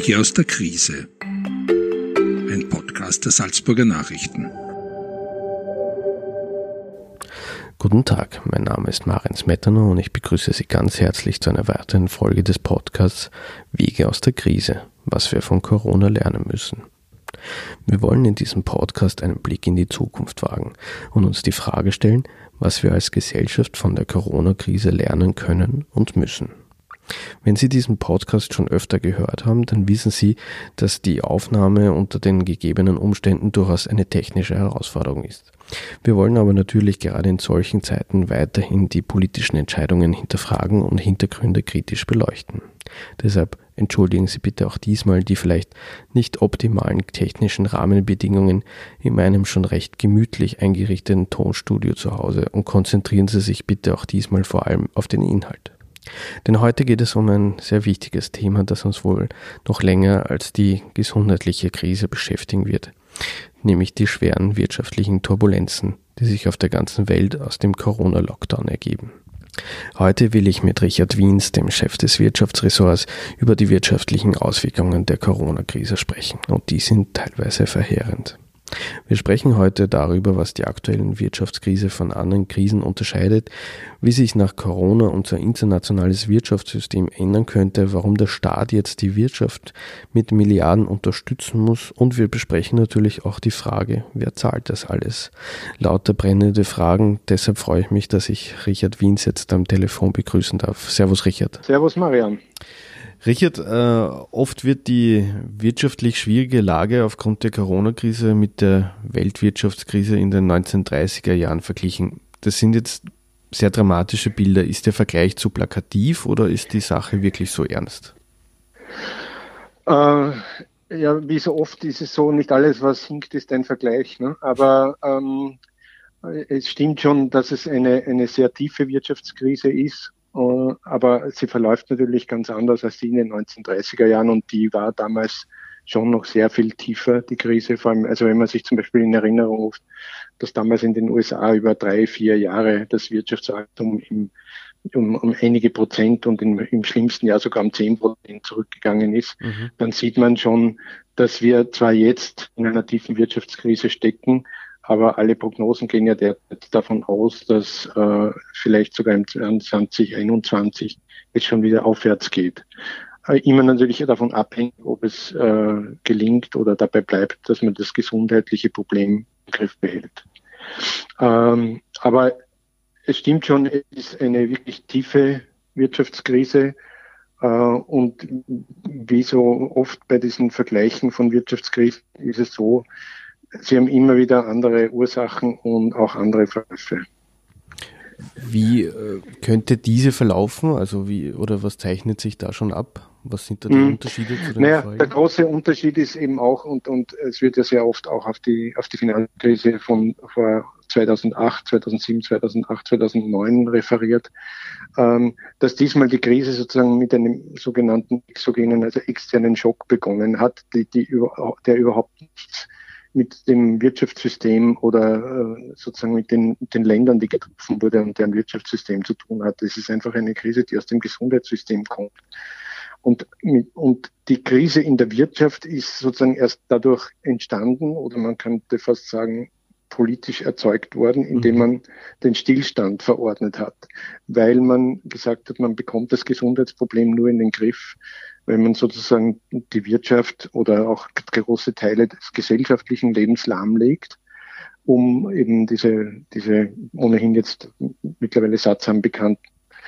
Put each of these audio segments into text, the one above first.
Wege aus der Krise. Ein Podcast der Salzburger Nachrichten. Guten Tag, mein Name ist Marian Smetana und ich begrüße Sie ganz herzlich zu einer weiteren Folge des Podcasts Wege aus der Krise, was wir von Corona lernen müssen. Wir wollen in diesem Podcast einen Blick in die Zukunft wagen und uns die Frage stellen, was wir als Gesellschaft von der Corona-Krise lernen können und müssen. Wenn Sie diesen Podcast schon öfter gehört haben, dann wissen Sie, dass die Aufnahme unter den gegebenen Umständen durchaus eine technische Herausforderung ist. Wir wollen aber natürlich gerade in solchen Zeiten weiterhin die politischen Entscheidungen hinterfragen und Hintergründe kritisch beleuchten. Deshalb entschuldigen Sie bitte auch diesmal die vielleicht nicht optimalen technischen Rahmenbedingungen in meinem schon recht gemütlich eingerichteten Tonstudio zu Hause und konzentrieren Sie sich bitte auch diesmal vor allem auf den Inhalt. Denn heute geht es um ein sehr wichtiges Thema, das uns wohl noch länger als die gesundheitliche Krise beschäftigen wird, nämlich die schweren wirtschaftlichen Turbulenzen, die sich auf der ganzen Welt aus dem Corona-Lockdown ergeben. Heute will ich mit Richard Wiens, dem Chef des Wirtschaftsressorts, über die wirtschaftlichen Auswirkungen der Corona-Krise sprechen, und die sind teilweise verheerend. Wir sprechen heute darüber, was die aktuelle Wirtschaftskrise von anderen Krisen unterscheidet, wie sich nach Corona unser internationales Wirtschaftssystem ändern könnte, warum der Staat jetzt die Wirtschaft mit Milliarden unterstützen muss, und wir besprechen natürlich auch die Frage, wer zahlt das alles? Lauter brennende Fragen, deshalb freue ich mich, dass ich Richard Wiens jetzt am Telefon begrüßen darf. Servus Richard. Servus Marian. Richard, oft wird die wirtschaftlich schwierige Lage aufgrund der Corona-Krise mit der Weltwirtschaftskrise in den 1930er Jahren verglichen. Das sind jetzt sehr dramatische Bilder. Ist der Vergleich zu plakativ oder ist die Sache wirklich so ernst? Ja, wie so oft ist es so, nicht alles, was hinkt, ist ein Vergleich. Ne? Aber es stimmt schon, dass es eine sehr tiefe Wirtschaftskrise ist. Aber sie verläuft natürlich ganz anders als die in den 1930er Jahren, und die war damals schon noch sehr viel tiefer, die Krise. Vor allem, also wenn man sich zum Beispiel in Erinnerung ruft, dass damals in den USA über 3-4 Jahre das Wirtschaftswachstum um einige Prozent und im schlimmsten Jahr sogar um 10% zurückgegangen ist, dann sieht man schon, dass wir zwar jetzt in einer tiefen Wirtschaftskrise stecken, aber alle Prognosen gehen ja derzeit davon aus, dass vielleicht sogar im 2021 es schon wieder aufwärts geht. Immer natürlich davon abhängig, ob es gelingt oder dabei bleibt, dass man das gesundheitliche Problem im Griff behält. Aber es stimmt schon, es ist eine wirklich tiefe Wirtschaftskrise. Und wie so oft bei diesen Vergleichen von Wirtschaftskrisen ist es so, sie haben immer wieder andere Ursachen und auch andere Verläufe. Wie könnte diese verlaufen? Also oder was zeichnet sich da schon ab? Was sind da die Unterschiede zu den Folgen? Der große Unterschied ist eben auch, und es wird ja sehr oft auch auf die Finanzkrise von vor 2008, 2007, 2008, 2009 referiert, dass diesmal die Krise sozusagen mit einem sogenannten exogenen, also externen Schock begonnen hat, der überhaupt nichts mit dem Wirtschaftssystem oder sozusagen mit den Ländern, die getroffen wurde und deren Wirtschaftssystem zu tun hat. Es ist einfach eine Krise, die aus dem Gesundheitssystem kommt. Und die Krise in der Wirtschaft ist sozusagen erst dadurch entstanden, oder man könnte fast sagen, politisch erzeugt worden, indem man den Stillstand verordnet hat, weil man gesagt hat, man bekommt das Gesundheitsproblem nur in den Griff, wenn man sozusagen die Wirtschaft oder auch große Teile des gesellschaftlichen Lebens lahmlegt, um eben diese ohnehin jetzt mittlerweile sattsam bekannten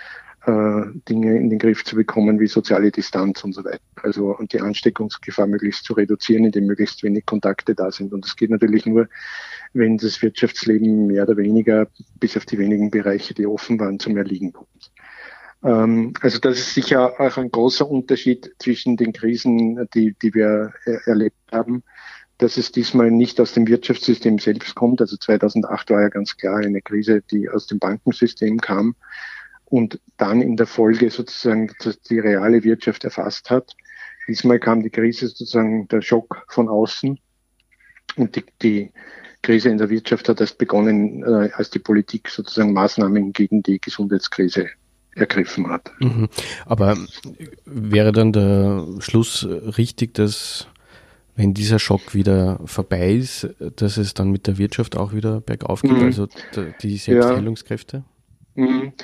Dinge in den Griff zu bekommen, wie soziale Distanz und so weiter. Also und die Ansteckungsgefahr möglichst zu reduzieren, indem möglichst wenig Kontakte da sind. Und das geht natürlich nur, wenn das Wirtschaftsleben mehr oder weniger bis auf die wenigen Bereiche, die offen waren, zum Erliegen kommt. Also das ist sicher auch ein großer Unterschied zwischen den Krisen, die wir erlebt haben, dass es diesmal nicht aus dem Wirtschaftssystem selbst kommt. Also 2008 war ja ganz klar eine Krise, die aus dem Bankensystem kam und dann in der Folge sozusagen die reale Wirtschaft erfasst hat. Diesmal kam die Krise sozusagen, der Schock von außen, und die Krise in der Wirtschaft hat erst begonnen, als die Politik sozusagen Maßnahmen gegen die Gesundheitskrise ergriffen hat. Mhm. Aber wäre dann der Schluss richtig, dass, wenn dieser Schock wieder vorbei ist, dass es dann mit der Wirtschaft auch wieder bergauf geht, also die Selbstheilungskräfte? Mhm.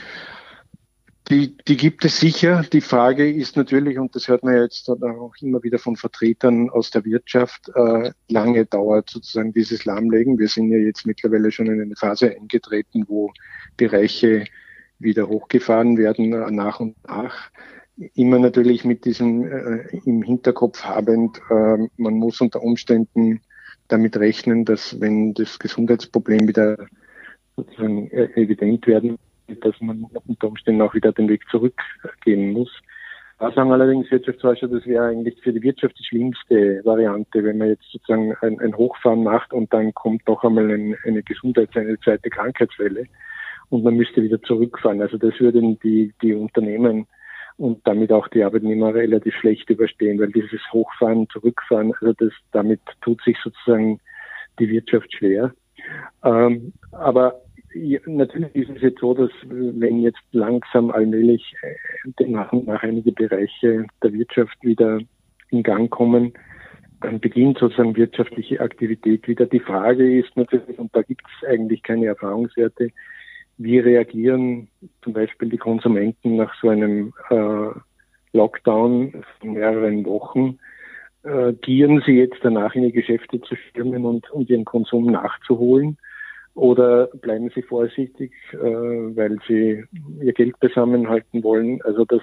Die gibt es sicher. Die Frage ist natürlich, und das hört man ja jetzt auch immer wieder von Vertretern aus der Wirtschaft, lange dauert sozusagen dieses Lahmlegen. Wir sind ja jetzt mittlerweile schon in eine Phase eingetreten, wo Bereiche wieder hochgefahren werden, nach und nach. Immer natürlich mit diesem im Hinterkopf habend, man muss unter Umständen damit rechnen, dass wenn das Gesundheitsproblem wieder sozusagen evident werden, dass man unter Umständen auch wieder den Weg zurückgehen muss. Da sagen allerdings Wirtschaftsforscher, das wäre eigentlich für die Wirtschaft die schlimmste Variante, wenn man jetzt sozusagen ein Hochfahren macht und dann kommt noch einmal eine zweite Krankheitswelle und man müsste wieder zurückfahren. Also das würden die Unternehmen und damit auch die Arbeitnehmer relativ schlecht überstehen, weil dieses Hochfahren, Zurückfahren, also damit tut sich sozusagen die Wirtschaft schwer. Aber natürlich ist es jetzt so, dass wenn jetzt langsam allmählich nach und nach einige Bereiche der Wirtschaft wieder in Gang kommen, dann beginnt sozusagen wirtschaftliche Aktivität wieder. Die Frage ist natürlich, und da gibt es eigentlich keine Erfahrungswerte, wie reagieren zum Beispiel die Konsumenten nach so einem Lockdown von mehreren Wochen? Gieren sie jetzt danach in die Geschäfte zu stürmen und ihren Konsum nachzuholen? Oder bleiben sie vorsichtig, weil sie ihr Geld zusammenhalten wollen? Also das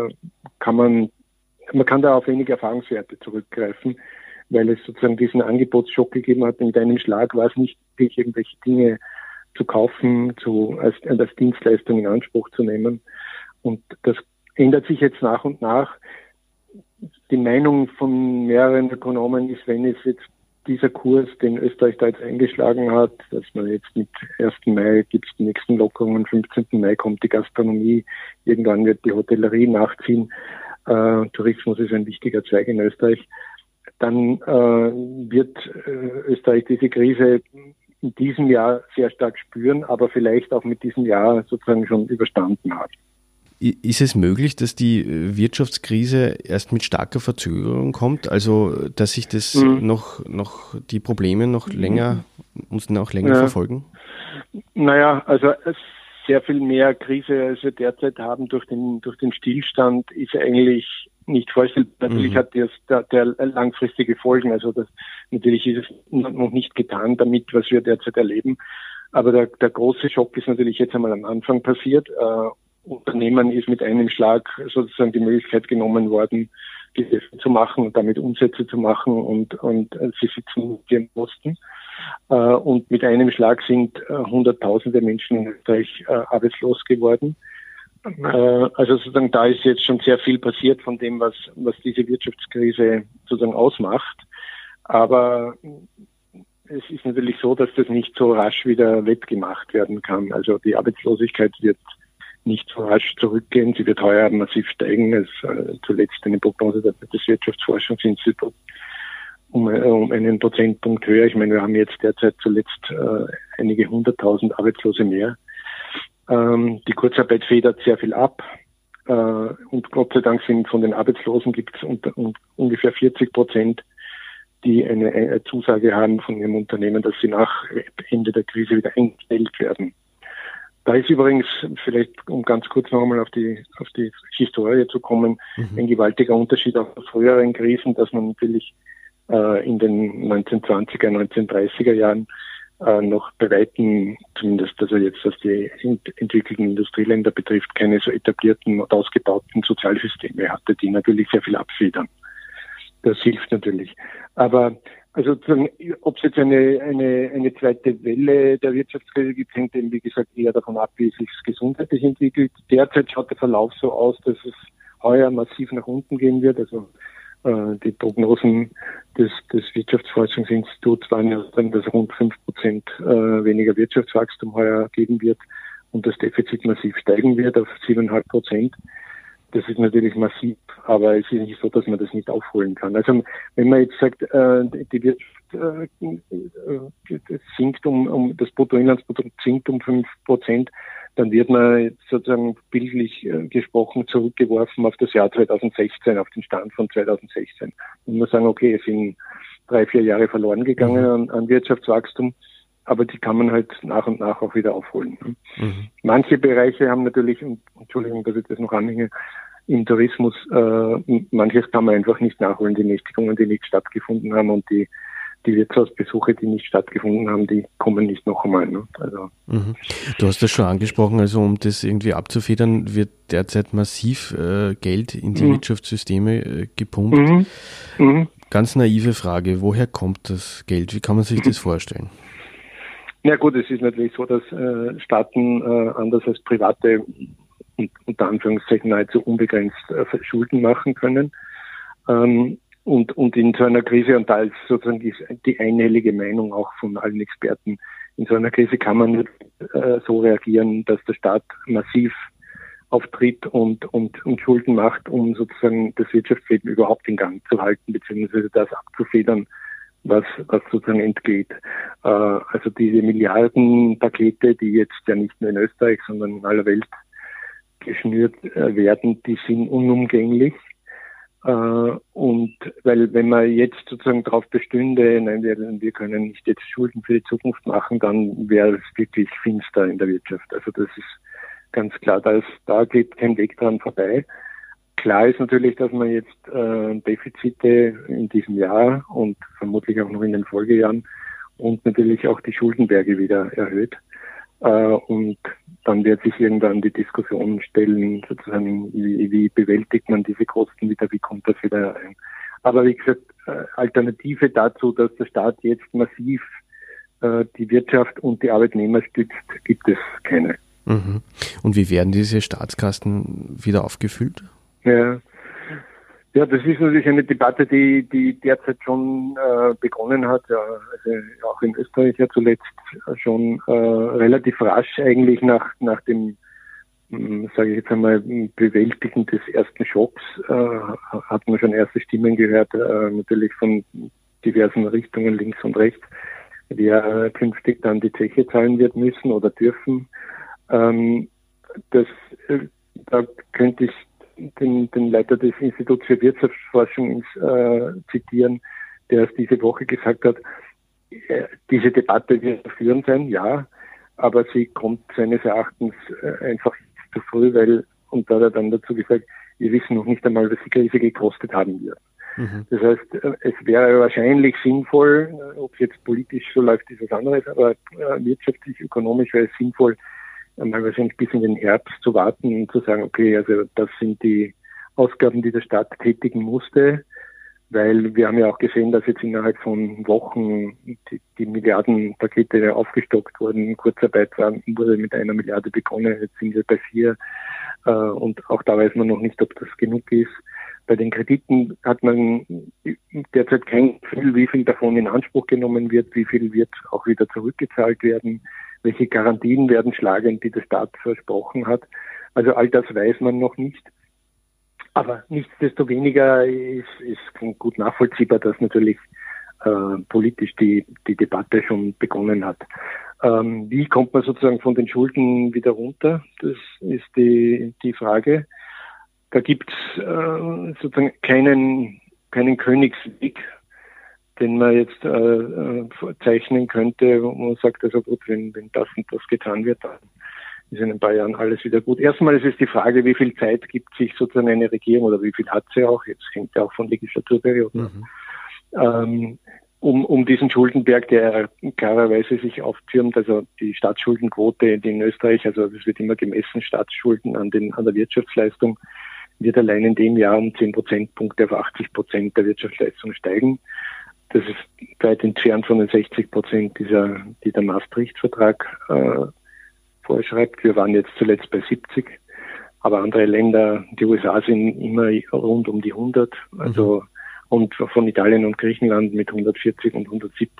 man kann da auf wenige Erfahrungswerte zurückgreifen, weil es sozusagen diesen Angebotsschock gegeben hat. Mit einem Schlag war es nicht möglich, irgendwelche Dinge zu kaufen, als Dienstleistung in Anspruch zu nehmen. Und das ändert sich jetzt nach und nach. Die Meinung von mehreren Ökonomen ist, wenn es jetzt dieser Kurs, den Österreich da jetzt eingeschlagen hat, dass man jetzt mit 1. Mai gibt es die nächsten Lockerungen, 15. Mai kommt die Gastronomie, irgendwann wird die Hotellerie nachziehen, Tourismus ist ein wichtiger Zweig in Österreich, dann wird Österreich diese Krise in diesem Jahr sehr stark spüren, aber vielleicht auch mit diesem Jahr sozusagen schon überstanden hat. Ist es möglich, dass die Wirtschaftskrise erst mit starker Verzögerung kommt? Also, dass sich das noch die Probleme noch länger verfolgen? Naja, also sehr viel mehr Krise, als wir derzeit haben durch den Stillstand, ist eigentlich nicht vorstellbar. Natürlich hat der langfristige Folgen. Also natürlich ist es noch nicht getan damit, was wir derzeit erleben. Aber der große Schock ist natürlich jetzt einmal am Anfang passiert. Unternehmen ist mit einem Schlag sozusagen die Möglichkeit genommen worden, Geschäfte zu machen und damit Umsätze zu machen und sie sitzen hier im Osten. Und mit einem Schlag sind Hunderttausende Menschen in Österreich arbeitslos geworden. Also sozusagen da ist jetzt schon sehr viel passiert von dem, was diese Wirtschaftskrise sozusagen ausmacht. Aber es ist natürlich so, dass das nicht so rasch wieder wettgemacht werden kann. Also die Arbeitslosigkeit wird nicht so rasch zurückgehen. Sie wird heuer massiv steigen. Es zuletzt eine Prognose des Wirtschaftsforschungsinstituts um einen Prozentpunkt höher. Ich meine, wir haben jetzt derzeit zuletzt einige 100.000 Arbeitslose mehr. Die Kurzarbeit federt sehr viel ab. Und Gott sei Dank sind von den Arbeitslosen gibt es ungefähr 40%, die eine Zusage haben von ihrem Unternehmen, dass sie nach Ende der Krise wieder eingestellt werden. Da ist übrigens, vielleicht um ganz kurz noch einmal auf die Historie zu kommen, ein gewaltiger Unterschied auch zu früheren Krisen, dass man natürlich in den 1920er, 1930er Jahren noch bei Weitem, zumindest also jetzt was die entwickelten Industrieländer betrifft, keine so etablierten und ausgebauten Sozialsysteme hatte, die natürlich sehr viel abfedern. Das hilft natürlich. Aber also ob es jetzt eine zweite Welle der Wirtschaftskrise gibt, hängt eben, wie gesagt, eher davon ab, wie es sich gesundheitlich entwickelt. Derzeit schaut der Verlauf so aus, dass es heuer massiv nach unten gehen wird. Also die Prognosen des Wirtschaftsforschungsinstituts waren ja, dass rund 5% weniger Wirtschaftswachstum heuer geben wird und das Defizit massiv steigen wird auf 7,5%. Das ist natürlich massiv, aber es ist nicht so, dass man das nicht aufholen kann. Also wenn man jetzt sagt, die Wirtschaft sinkt das Bruttoinlandsprodukt sinkt um 5%, dann wird man jetzt sozusagen bildlich gesprochen zurückgeworfen auf das Jahr 2016, auf den Stand von 2016. Und man sagen, okay, es sind 3-4 Jahre verloren gegangen an Wirtschaftswachstum, aber die kann man halt nach und nach auch wieder aufholen. Manche Bereiche haben natürlich, Entschuldigung, dass ich das noch anhänge, im Tourismus, manches kann man einfach nicht nachholen, die Nächtigungen, die nicht stattgefunden haben und die Wirtshausbesuche, die nicht stattgefunden haben, die kommen nicht noch einmal. Ne? Also. Du hast das schon angesprochen, also um das irgendwie abzufedern, wird derzeit massiv Geld in die Wirtschaftssysteme gepumpt. Ganz naive Frage, woher kommt das Geld? Wie kann man sich das vorstellen? Ja gut, es ist natürlich so, dass Staaten anders als private unter Anführungszeichen nahezu unbegrenzt Schulden machen können. Und in so einer Krise, und da ist sozusagen die einhellige Meinung auch von allen Experten, in so einer Krise kann man nicht so reagieren, dass der Staat massiv auftritt und Schulden macht, um sozusagen das Wirtschaftsleben überhaupt in Gang zu halten, beziehungsweise das abzufedern, was sozusagen entgeht. Also diese Milliardenpakete, die jetzt ja nicht nur in Österreich, sondern in aller Welt geschnürt werden, die sind unumgänglich. Und weil wenn man jetzt sozusagen darauf bestünde, nein, wir können nicht jetzt Schulden für die Zukunft machen, dann wäre es wirklich finster in der Wirtschaft. Also das ist ganz klar, da geht kein Weg dran vorbei. Klar ist natürlich, dass man jetzt Defizite in diesem Jahr und vermutlich auch noch in den Folgejahren und natürlich auch die Schuldenberge wieder erhöht. Und dann wird sich irgendwann die Diskussion stellen, sozusagen, wie bewältigt man diese Kosten wieder, wie kommt das wieder ein. Aber wie gesagt, Alternative dazu, dass der Staat jetzt massiv die Wirtschaft und die Arbeitnehmer stützt, gibt es keine. Und wie werden diese Staatskassen wieder aufgefüllt? Ja, das ist natürlich eine Debatte, die derzeit schon begonnen hat, ja, also auch in Österreich ja zuletzt schon relativ rasch eigentlich nach dem, sage ich jetzt einmal, Bewältigen des ersten Schocks hat man schon erste Stimmen gehört, natürlich von diversen Richtungen links und rechts, wer künftig dann die Zeche zahlen wird müssen oder dürfen. Da könnte ich den Leiter des Instituts für Wirtschaftsforschung zitieren, der es diese Woche gesagt hat, diese Debatte wird führend sein, ja, aber sie kommt seines Erachtens einfach zu früh, weil, und da hat er dann dazu gesagt, wir wissen noch nicht einmal, was die Krise gekostet haben wird. Das heißt, es wäre wahrscheinlich sinnvoll, ob es jetzt politisch so läuft, ist was anderes, aber wirtschaftlich, ökonomisch wäre es sinnvoll, einmal wahrscheinlich bis in den Herbst zu warten und zu sagen, okay, also das sind die Ausgaben, die der Staat tätigen musste, weil wir haben ja auch gesehen, dass jetzt innerhalb von Wochen die Milliardenpakete aufgestockt wurden. Kurzarbeit wurde mit 1 Milliarde begonnen, jetzt sind wir bei 4 und auch da weiß man noch nicht, ob das genug ist. Bei den Krediten hat man derzeit kein Gefühl, wie viel davon in Anspruch genommen wird, wie viel wird auch wieder zurückgezahlt werden. Welche Garantien werden schlagen, die der Staat versprochen hat. Also all das weiß man noch nicht. Aber nichtsdestoweniger ist gut nachvollziehbar, dass natürlich politisch die Debatte schon begonnen hat. Wie kommt man sozusagen von den Schulden wieder runter? Das ist die Frage. Da gibt es sozusagen keinen Königsweg, den man jetzt zeichnen könnte, wo man sagt, also gut, wenn das und das getan wird, dann ist in ein paar Jahren alles wieder gut. Erstmal ist es die Frage, wie viel Zeit gibt sich sozusagen eine Regierung oder wie viel hat sie auch, jetzt hängt ja auch von Legislaturperioden ab, um diesen Schuldenberg, der klarerweise sich auftürmt, also die Staatsschuldenquote in Österreich, also es wird immer gemessen, Staatsschulden an der Wirtschaftsleistung, wird allein in dem Jahr um 10 Prozentpunkte auf 80% der Wirtschaftsleistung steigen. Das ist weit entfernt von den 60%, die der Maastricht-Vertrag vorschreibt. Wir waren jetzt zuletzt bei 70, aber andere Länder, die USA sind immer rund um die 100, also und von Italien und Griechenland mit 140 und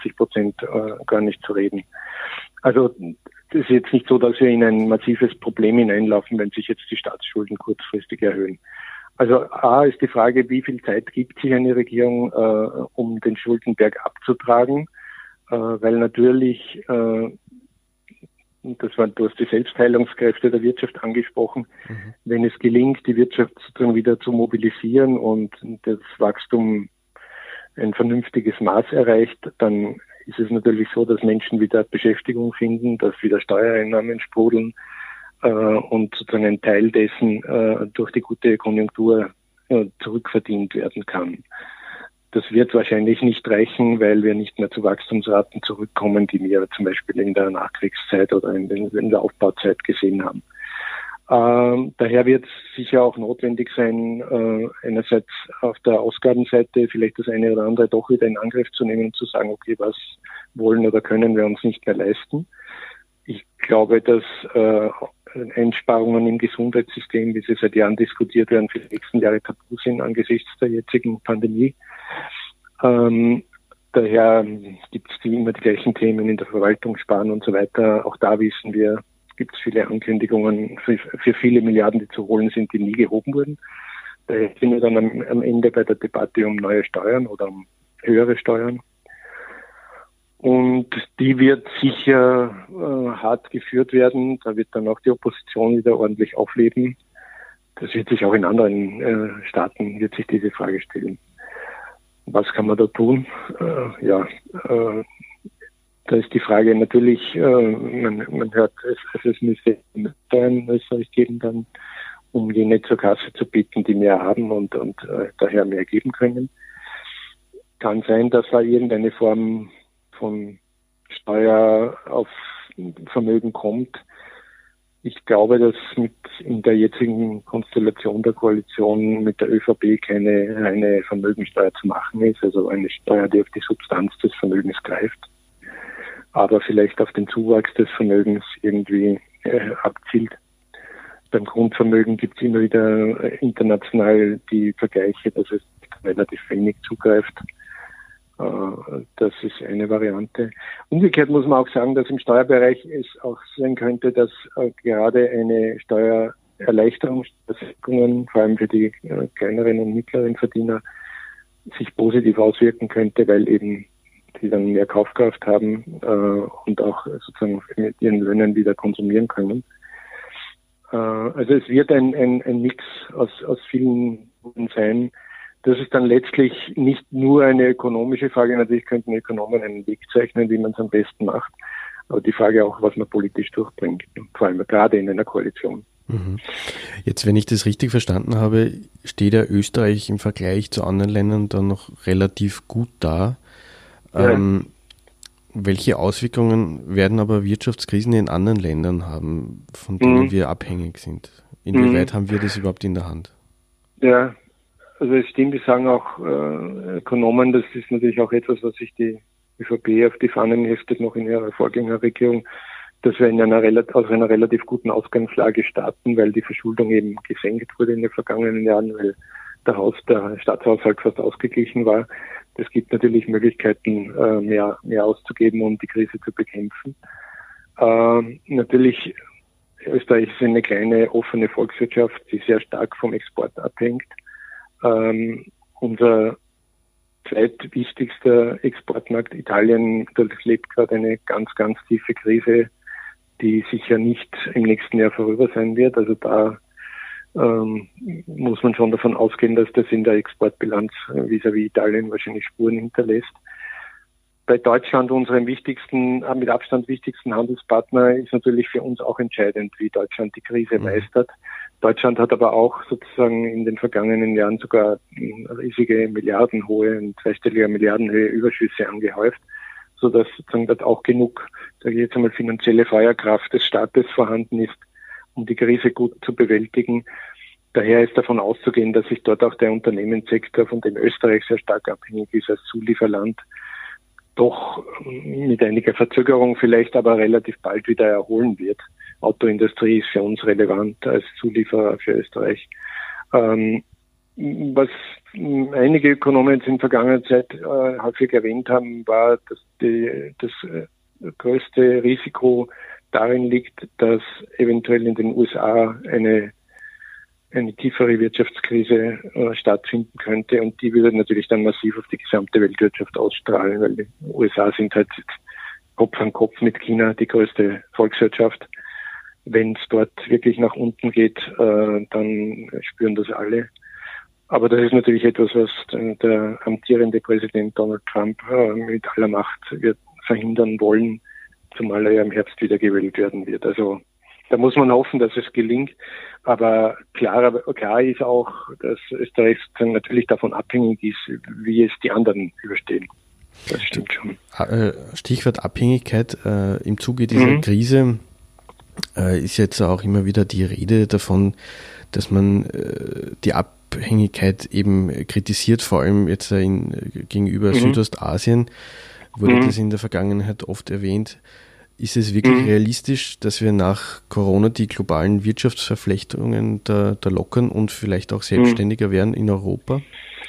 170% gar nicht zu reden. Also das ist jetzt nicht so, dass wir in ein massives Problem hineinlaufen, wenn sich jetzt die Staatsschulden kurzfristig erhöhen. Also A ist die Frage, wie viel Zeit gibt sich eine Regierung, um den Schuldenberg abzutragen, weil natürlich du hast die Selbstheilungskräfte der Wirtschaft angesprochen. Wenn es gelingt, die Wirtschaft sozusagen wieder zu mobilisieren und das Wachstum ein vernünftiges Maß erreicht, dann ist es natürlich so, dass Menschen wieder Beschäftigung finden, dass wieder Steuereinnahmen sprudeln und sozusagen ein Teil dessen durch die gute Konjunktur zurückverdient werden kann. Das wird wahrscheinlich nicht reichen, weil wir nicht mehr zu Wachstumsraten zurückkommen, die wir zum Beispiel in der Nachkriegszeit oder in der Aufbauzeit gesehen haben. Daher wird es sicher auch notwendig sein, einerseits auf der Ausgabenseite vielleicht das eine oder andere doch wieder in Angriff zu nehmen und zu sagen, okay, was wollen oder können wir uns nicht mehr leisten. Ich glaube, dass Einsparungen im Gesundheitssystem, wie sie seit Jahren diskutiert werden, für die nächsten Jahre tabu sind angesichts der jetzigen Pandemie. Daher gibt es immer die gleichen Themen in der Verwaltung, Sparen und so weiter. Auch da wissen wir, gibt es viele Ankündigungen für viele Milliarden, die zu holen sind, die nie gehoben wurden. Daher sind wir dann am Ende bei der Debatte um neue Steuern oder um höhere Steuern. Und die wird sicher hart geführt werden. Da wird dann auch die Opposition wieder ordentlich aufleben. Das wird sich auch in anderen Staaten, wird sich diese Frage stellen. Was kann man da tun? Da ist die Frage natürlich, man hört, es müsste Steuern in Österreich geben, dann, um jene zur Kasse zu bitten, die mehr haben und daher mehr geben können. Kann sein, dass da irgendeine Form von Steuer auf Vermögen kommt. Ich glaube, dass in der jetzigen Konstellation der Koalition mit der ÖVP keine reine Vermögensteuer zu machen ist, also eine Steuer, die auf die Substanz des Vermögens greift, aber vielleicht auf den Zuwachs des Vermögens irgendwie abzielt. Beim Grundvermögen gibt es immer wieder international die Vergleiche, dass es relativ wenig zugreift. Das ist eine Variante. Umgekehrt muss man auch sagen, dass im Steuerbereich es auch sein könnte, dass gerade eine Steuererleichterung, Steuersenkungen, vor allem für die kleineren und mittleren Verdiener, sich positiv auswirken könnte, weil eben die dann mehr Kaufkraft haben und auch sozusagen mit ihren Löhnen wieder konsumieren können. Also es wird ein Mix aus vielen sein. Das ist dann letztlich nicht nur eine ökonomische Frage. Natürlich könnten Ökonomen einen Weg zeichnen, wie man es am besten macht. Aber die Frage auch, was man politisch durchbringt. Vor allem gerade in einer Koalition. Jetzt, wenn ich das richtig verstanden habe, steht ja Österreich im Vergleich zu anderen Ländern dann noch relativ gut da. Ja. Welche Auswirkungen werden aber Wirtschaftskrisen in anderen Ländern haben, von denen wir abhängig sind? Inwieweit haben wir das überhaupt in der Hand? Ja, also es stimmt, die sagen auch Ökonomen, das ist natürlich auch etwas, was sich die ÖVP auf die Fahnen heftet, noch in ihrer Vorgängerregierung, dass wir aus einer relativ guten Ausgangslage starten, weil die Verschuldung eben gesenkt wurde in den vergangenen Jahren, weil der Staatshaushalt fast ausgeglichen war. Es gibt natürlich Möglichkeiten, mehr auszugeben, um die Krise zu bekämpfen. Natürlich, Österreich ist eine kleine, offene Volkswirtschaft, die sehr stark vom Export abhängt. Unser zweitwichtigster Exportmarkt Italien durchlebt gerade eine ganz, ganz tiefe Krise, die sicher nicht im nächsten Jahr vorüber sein wird. Also da muss man schon davon ausgehen, dass das in der Exportbilanz vis-à-vis Italien wahrscheinlich Spuren hinterlässt. Bei Deutschland, unserem mit Abstand wichtigsten Handelspartner, ist natürlich für uns auch entscheidend, wie Deutschland die Krise meistert. Deutschland hat aber auch sozusagen in den vergangenen Jahren sogar riesige milliardenhohe, zweistellige Milliardenhöhe Überschüsse angehäuft, sodass sozusagen dort auch genug, sage ich jetzt einmal, finanzielle Feuerkraft des Staates vorhanden ist, um die Krise gut zu bewältigen. Daher ist davon auszugehen, dass sich dort auch der Unternehmenssektor, von dem Österreich sehr stark abhängig ist als Zulieferland, doch mit einiger Verzögerung vielleicht aber relativ bald wieder erholen wird. Autoindustrie ist für uns relevant als Zulieferer für Österreich. Was einige Ökonomen in der vergangenen Zeit häufig erwähnt haben, war, dass das größte Risiko darin liegt, dass eventuell in den USA eine tiefere Wirtschaftskrise stattfinden könnte, und die würde natürlich dann massiv auf die gesamte Weltwirtschaft ausstrahlen, weil die USA sind halt Kopf an Kopf mit China die größte Volkswirtschaft. Wenn es dort wirklich nach unten geht, dann spüren das alle. Aber das ist natürlich etwas, was der amtierende Präsident Donald Trump mit aller Macht wird verhindern wollen, zumal er ja im Herbst wieder gewählt werden wird. Also da muss man hoffen, dass es gelingt. Aber klar ist auch, dass Österreich natürlich davon abhängig ist, wie es die anderen überstehen. Das stimmt schon. Stichwort Abhängigkeit. Im Zuge dieser Krise ist jetzt auch immer wieder die Rede davon, dass man die Abhängigkeit eben kritisiert, vor allem jetzt gegenüber Südostasien, wurde das in der Vergangenheit oft erwähnt. Ist es wirklich realistisch, dass wir nach Corona die globalen Wirtschaftsverflechtungen da lockern und vielleicht auch selbstständiger werden in Europa?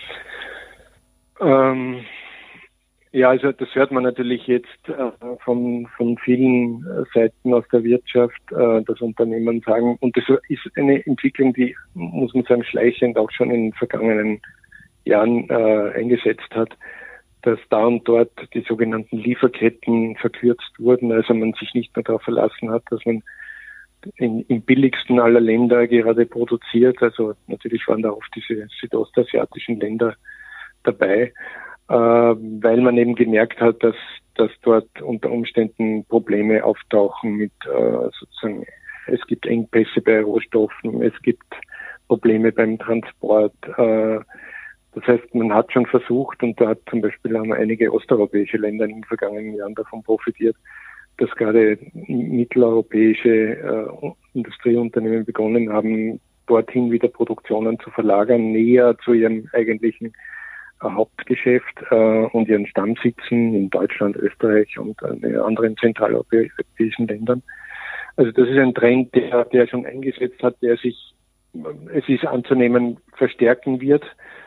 Ja, also das hört man natürlich jetzt von vielen Seiten aus der Wirtschaft, dass Unternehmen sagen, und das ist eine Entwicklung, die, muss man sagen, schleichend auch schon in den vergangenen Jahren eingesetzt hat, dass da und dort die sogenannten Lieferketten verkürzt wurden, also man sich nicht mehr darauf verlassen hat, dass man im billigsten aller Länder gerade produziert. Also natürlich waren da oft diese südostasiatischen Länder dabei, weil man eben gemerkt hat, dass dort unter Umständen Probleme auftauchen mit sozusagen, es gibt Engpässe bei Rohstoffen, es gibt Probleme beim Transport. Das heißt, man hat schon versucht, und da hat zum Beispiel haben einige osteuropäische Länder in den vergangenen Jahren davon profitiert, dass gerade mitteleuropäische Industrieunternehmen begonnen haben, dorthin wieder Produktionen zu verlagern, näher zu ihrem eigentlichen Hauptgeschäft und ihren Stammsitzen in Deutschland, Österreich und anderen zentraleuropäischen Ländern. Also das ist ein Trend, der schon eingesetzt hat, der sich, es ist anzunehmen, verstärken wird.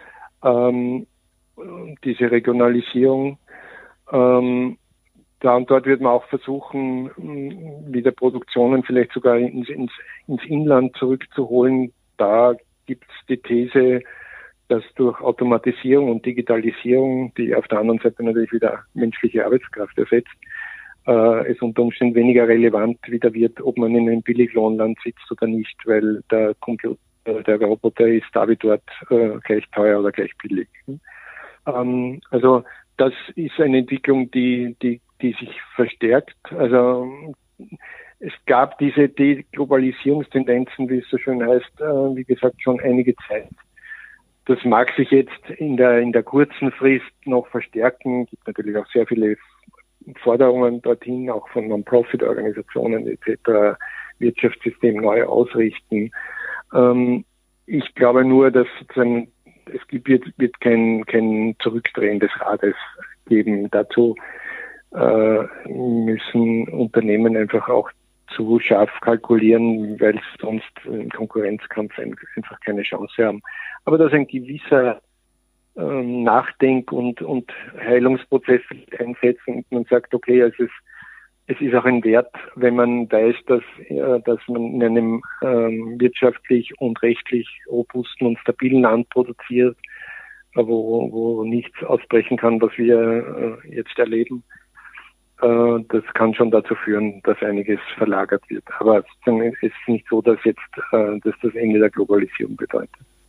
Diese Regionalisierung. Da und dort wird man auch versuchen, wieder Produktionen vielleicht sogar ins Inland zurückzuholen. Da gibt es die These, dass durch Automatisierung und Digitalisierung, die auf der anderen Seite natürlich wieder menschliche Arbeitskraft ersetzt, es unter Umständen weniger relevant wieder wird, ob man in einem Billiglohnland sitzt oder nicht, weil der Computer, der Roboter ist da wie dort gleich teuer oder gleich billig. Also das ist eine Entwicklung, die sich verstärkt. Also es gab diese Deglobalisierungstendenzen, wie es so schön heißt, wie gesagt, schon einige Zeit. Das mag sich jetzt in der kurzen Frist noch verstärken. Es gibt natürlich auch sehr viele Forderungen dorthin, auch von Non-Profit-Organisationen etc., Wirtschaftssystem neu ausrichten. Ich glaube nur, dass sozusagen wird kein Zurückdrehen des Rades geben. Dazu müssen Unternehmen einfach auch zu scharf kalkulieren, weil sie sonst im Konkurrenzkampf einfach keine Chance haben. Aber dass ein gewisser Nachdenk- und Heilungsprozess einsetzt und man sagt, okay, es ist auch ein Wert, wenn man weiß, dass man in einem wirtschaftlich und rechtlich robusten und stabilen Land produziert, wo nichts ausbrechen kann, was wir jetzt erleben. Das kann schon dazu führen, dass einiges verlagert wird. Aber es ist nicht so, dass das Ende der Globalisierung bedeutet.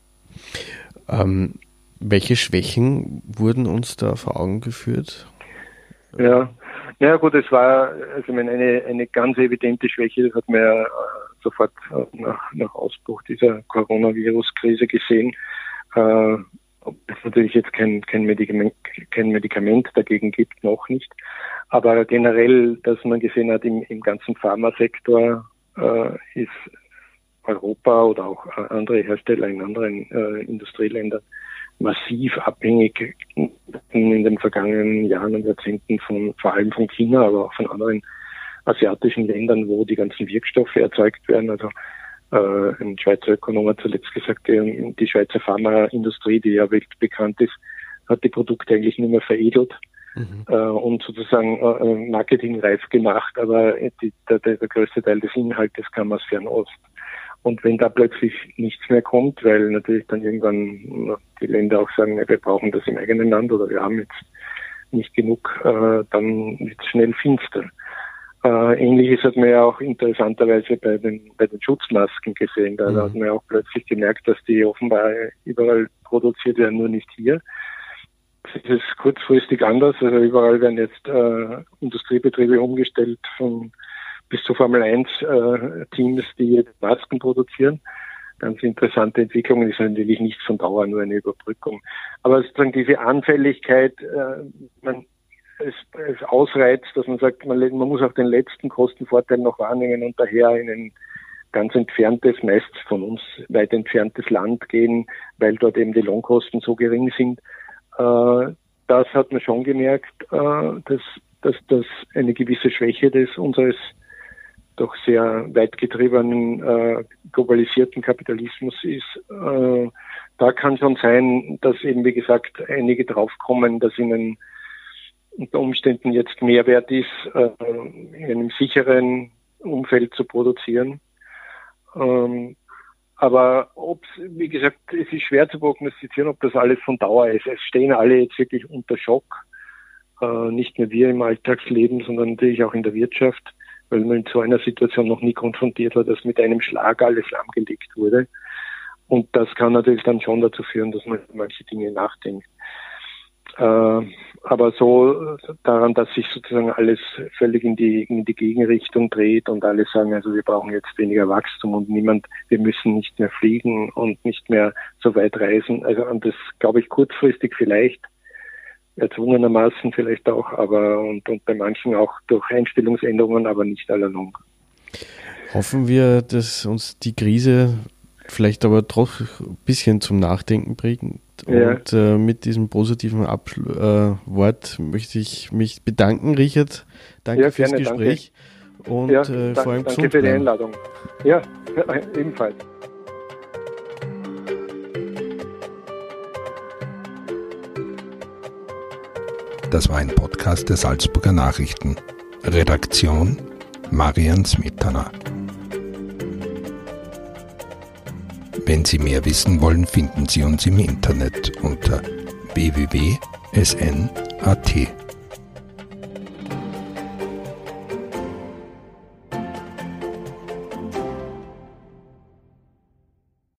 Welche Schwächen wurden uns da vor Augen geführt? Ja gut, es war eine ganz evidente Schwäche, das hat man ja sofort nach Ausbruch dieser Coronavirus-Krise gesehen. Ob es natürlich jetzt kein Medikament dagegen gibt, noch nicht. Aber generell, dass man gesehen hat, im ganzen Pharmasektor ist Europa oder auch andere Hersteller in anderen Industrieländern massiv abhängig in den vergangenen Jahren und Jahrzehnten vor allem von China, aber auch von anderen asiatischen Ländern, wo die ganzen Wirkstoffe erzeugt werden. Also ein Schweizer Ökonom hat zuletzt gesagt, die Schweizer Pharmaindustrie, die ja weltbekannt ist, hat die Produkte eigentlich nur mehr veredelt und sozusagen marketingreif gemacht, aber der größte Teil des Inhaltes kam aus Fernost. Und wenn da plötzlich nichts mehr kommt, weil natürlich dann irgendwann die Länder auch sagen, wir brauchen das im eigenen Land oder wir haben jetzt nicht genug, dann wird es schnell finster. Ähnliches hat man ja auch interessanterweise bei den Schutzmasken gesehen. Da hat man ja auch plötzlich gemerkt, dass die offenbar überall produziert werden, nur nicht hier. Das ist kurzfristig anders. Also überall werden jetzt Industriebetriebe umgestellt bis zu Formel 1 Teams, die jetzt Masken produzieren. Ganz interessante Entwicklung, ist natürlich nicht von Dauer, nur eine Überbrückung. Aber sozusagen diese Anfälligkeit, es ausreizt, dass man sagt, man muss auch den letzten Kostenvorteil noch wahrnehmen und daher in ein ganz entferntes, meist von uns weit entferntes Land gehen, weil dort eben die Lohnkosten so gering sind. Das hat man schon gemerkt, dass das eine gewisse Schwäche unseres doch sehr weit getriebenen globalisierten Kapitalismus ist. Da kann schon sein, dass eben, wie gesagt, einige draufkommen, dass ihnen unter Umständen jetzt Mehrwert ist, in einem sicheren Umfeld zu produzieren. Aber wie gesagt, es ist schwer zu prognostizieren, ob das alles von Dauer ist. Es stehen alle jetzt wirklich unter Schock. Nicht nur wir im Alltagsleben, sondern natürlich auch in der Wirtschaft, weil man in so einer Situation noch nie konfrontiert war, dass mit einem Schlag alles lahmgelegt wurde. Und das kann natürlich dann schon dazu führen, dass man manche Dinge nachdenkt. Aber so daran, dass sich sozusagen alles völlig in die Gegenrichtung dreht und alle sagen, also wir brauchen jetzt weniger Wachstum und wir müssen nicht mehr fliegen und nicht mehr so weit reisen. Also an das glaube ich kurzfristig vielleicht, erzwungenermaßen vielleicht auch, aber und bei manchen auch durch Einstellungsänderungen, aber nicht allalong. Hoffen wir, dass uns die Krise vielleicht aber doch ein bisschen zum Nachdenken bringt. Und mit diesem positiven Wort möchte ich mich bedanken, Richard. Danke fürs Gespräch. Danke. Und vor allem danke für die Einladung. Ja, ebenfalls. Das war ein Podcast der Salzburger Nachrichten. Redaktion Marian Smetana. Wenn Sie mehr wissen wollen, finden Sie uns im Internet unter www.sn.at.